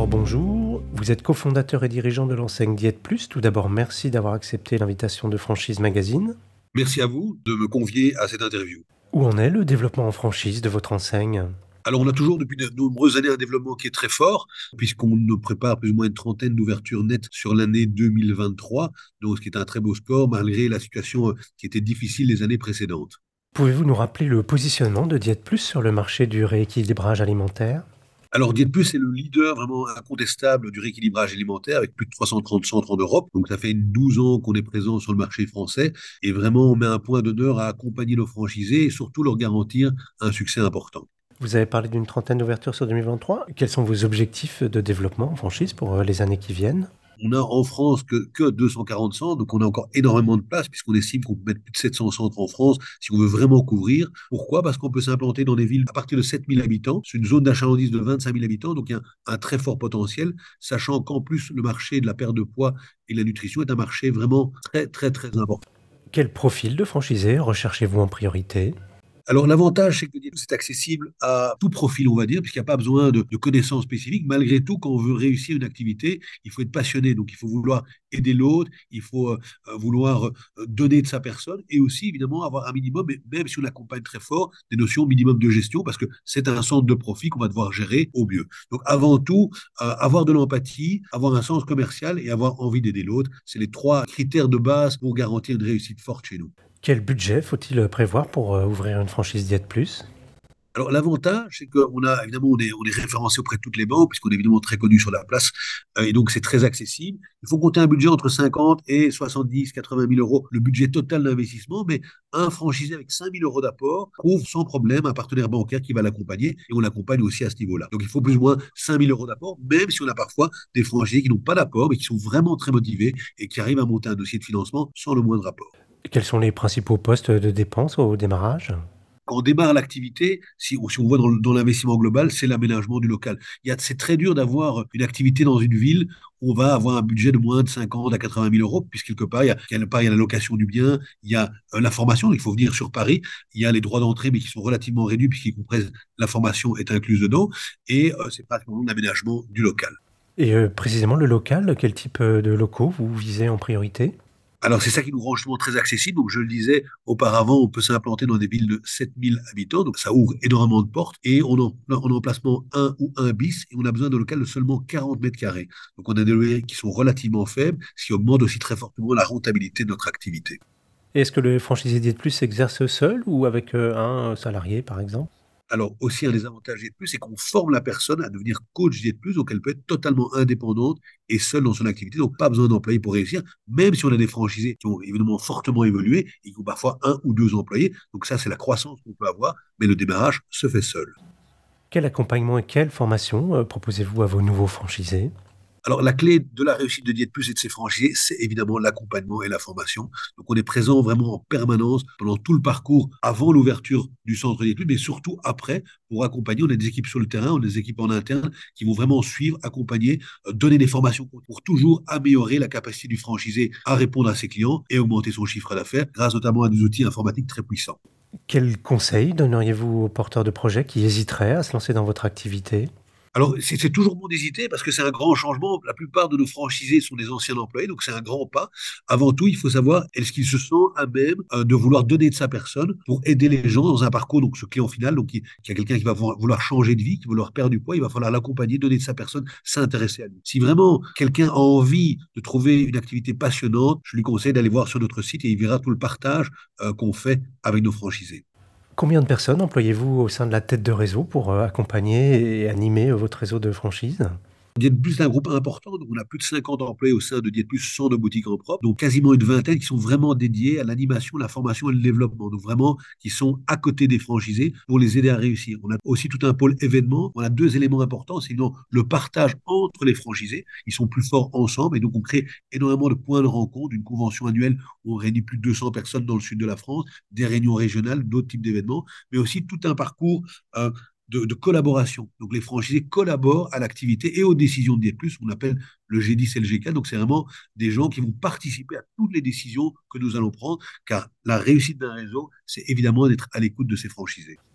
Alors bonjour, vous êtes cofondateur et dirigeant de l'enseigne Diète Plus. Tout d'abord, merci d'avoir accepté l'invitation de Franchise Magazine. Merci à vous de me convier à cette interview. Où en est le développement en franchise de votre enseigne? Alors, on a toujours depuis de nombreuses années un développement qui est très fort, puisqu'on nous prépare plus ou moins une trentaine d'ouvertures nettes sur l'année 2023, donc ce qui est un très beau score, malgré la situation qui était difficile les années précédentes. Pouvez-vous nous rappeler le positionnement de Diète Plus sur le marché du rééquilibrage alimentaire? Alors, Diète Plus est le leader vraiment incontestable du rééquilibrage alimentaire, avec plus de 330 centres en Europe. Donc, ça fait 12 ans qu'on est présent sur le marché français, et vraiment, on met un point d'honneur à accompagner nos franchisés et surtout leur garantir un succès important. Vous avez parlé d'une trentaine d'ouvertures sur 2023. Quels sont vos objectifs de développement en franchise pour les années qui viennent? On a en France que 240 centres, donc on a encore énormément de place, puisqu'on estime qu'on peut mettre plus de 700 centres en France si on veut vraiment couvrir. Pourquoi? Parce qu'on peut s'implanter dans des villes à partir de 7000 habitants, c'est une zone d'achalandise de 25 000 habitants, donc il y a un très fort potentiel, sachant qu'en plus, le marché de la perte de poids et de la nutrition est un marché vraiment très, très, très important. Quel profil de franchisé recherchez-vous en priorité? Alors, l'avantage, c'est que c'est accessible à tout profil, on va dire, puisqu'il n'y a pas besoin de connaissances spécifiques. Malgré tout, quand on veut réussir une activité, il faut être passionné. Donc, il faut vouloir aider l'autre, il faut vouloir donner de sa personne et aussi, évidemment, avoir un minimum, et même si on accompagne très fort, des notions minimum de gestion, parce que c'est un centre de profit qu'on va devoir gérer au mieux. Donc, avant tout, avoir de l'empathie, avoir un sens commercial et avoir envie d'aider l'autre, c'est les trois critères de base pour garantir une réussite forte chez nous. Quel budget faut-il prévoir pour ouvrir une franchise Diète Plus? Alors, l'avantage, c'est qu'on a, évidemment, on est référencé auprès de toutes les banques, puisqu'on est évidemment très connu sur la place, et donc c'est très accessible. Il faut compter un budget entre 50 et 70, 80 000 euros, le budget total d'investissement, mais un franchisé avec 5 000 euros d'apport trouve sans problème un partenaire bancaire qui va l'accompagner, et on l'accompagne aussi à ce niveau-là. Donc, il faut plus ou moins 5 000 euros d'apport, même si on a parfois des franchisés qui n'ont pas d'apport, mais qui sont vraiment très motivés et qui arrivent à monter un dossier de financement sans le moindre apport. Quels sont les principaux postes de dépenses au démarrage? Quand on démarre l'activité, si on voit dans l'investissement global, c'est l'aménagement du local. C'est très dur d'avoir une activité dans une ville où on va avoir un budget de moins de 50 à 80 000 euros, puisque quelque part, il y a la location du bien, il y a la formation, donc il faut venir sur Paris, il y a les droits d'entrée, mais qui sont relativement réduits, puisqu'ils comprennent la formation est incluse dedans, et c'est pratiquement l'aménagement du local. Et précisément le local, quel type de locaux vous visez en priorité? Alors, c'est ça qui nous rend justement très accessible. Donc, je le disais auparavant, on peut s'implanter dans des villes de 7000 habitants. Donc, ça ouvre énormément de portes. Et on est en placement 1 ou 1 bis. Et on a besoin de local de seulement 40 mètres carrés. Donc, on a des loyers qui sont relativement faibles, ce qui augmente aussi très fortement la rentabilité de notre activité. Et est-ce que le franchisé Diète Plus s'exerce seul ou avec un salarié, par exemple? Alors, aussi, un des avantages Jet Plus, c'est qu'on forme la personne à devenir coach Jet Plus, donc elle peut être totalement indépendante et seule dans son activité, donc pas besoin d'employés pour réussir, même si on a des franchisés qui ont évidemment fortement évolué et qui ont parfois un ou deux employés. Donc ça, c'est la croissance qu'on peut avoir, mais le démarrage se fait seul. Quel accompagnement et quelle formation proposez-vous à vos nouveaux franchisés? Alors, la clé de la réussite de Diète Plus et de ses franchisés, c'est évidemment l'accompagnement et la formation. Donc, on est présent vraiment en permanence pendant tout le parcours, avant l'ouverture du centre Diète Plus, mais surtout après, pour accompagner. On a des équipes sur le terrain, on a des équipes en interne qui vont vraiment suivre, accompagner, donner des formations pour toujours améliorer la capacité du franchisé à répondre à ses clients et augmenter son chiffre d'affaires, grâce notamment à des outils informatiques très puissants. Quels conseils donneriez-vous aux porteurs de projets qui hésiteraient à se lancer dans votre activité? Alors, c'est toujours bon d'hésiter parce que c'est un grand changement. La plupart de nos franchisés sont des anciens employés, donc c'est un grand pas. Avant tout, il faut savoir est-ce qu'il se sent à même de vouloir donner de sa personne pour aider les gens dans un parcours, donc ce client final, donc qui a quelqu'un qui va vouloir changer de vie, qui va vouloir perdre du poids, il va falloir l'accompagner, donner de sa personne, s'intéresser à lui. Si vraiment quelqu'un a envie de trouver une activité passionnante, je lui conseille d'aller voir sur notre site et il verra tout le partage qu'on fait avec nos franchisés. Combien de personnes employez-vous au sein de la tête de réseau pour accompagner et animer votre réseau de franchise? Diète Plus est un groupe important, donc on a plus de 50 employés au sein de Diète Plus sans de boutique en propre, donc quasiment une vingtaine qui sont vraiment dédiés à l'animation, la formation et le développement, donc vraiment qui sont à côté des franchisés pour les aider à réussir. On a aussi tout un pôle événement, on a deux éléments importants, c'est le partage entre les franchisés, ils sont plus forts ensemble et donc on crée énormément de points de rencontre, une convention annuelle où on réunit plus de 200 personnes dans le sud de la France, des réunions régionales, d'autres types d'événements, mais aussi tout un parcours euh, de collaboration. Donc les franchisés collaborent à l'activité et aux décisions de Diète Plus, on appelle le G10 et le G4. Donc c'est vraiment des gens qui vont participer à toutes les décisions que nous allons prendre, car la réussite d'un réseau, c'est évidemment d'être à l'écoute de ses franchisés.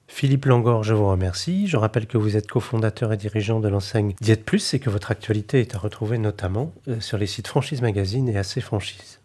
Philippe Langor, je vous remercie. Je rappelle que vous êtes cofondateur et dirigeant de l'enseigne Diète Plus et que votre actualité est à retrouver notamment sur les sites Franchise Magazine et AC Franchise.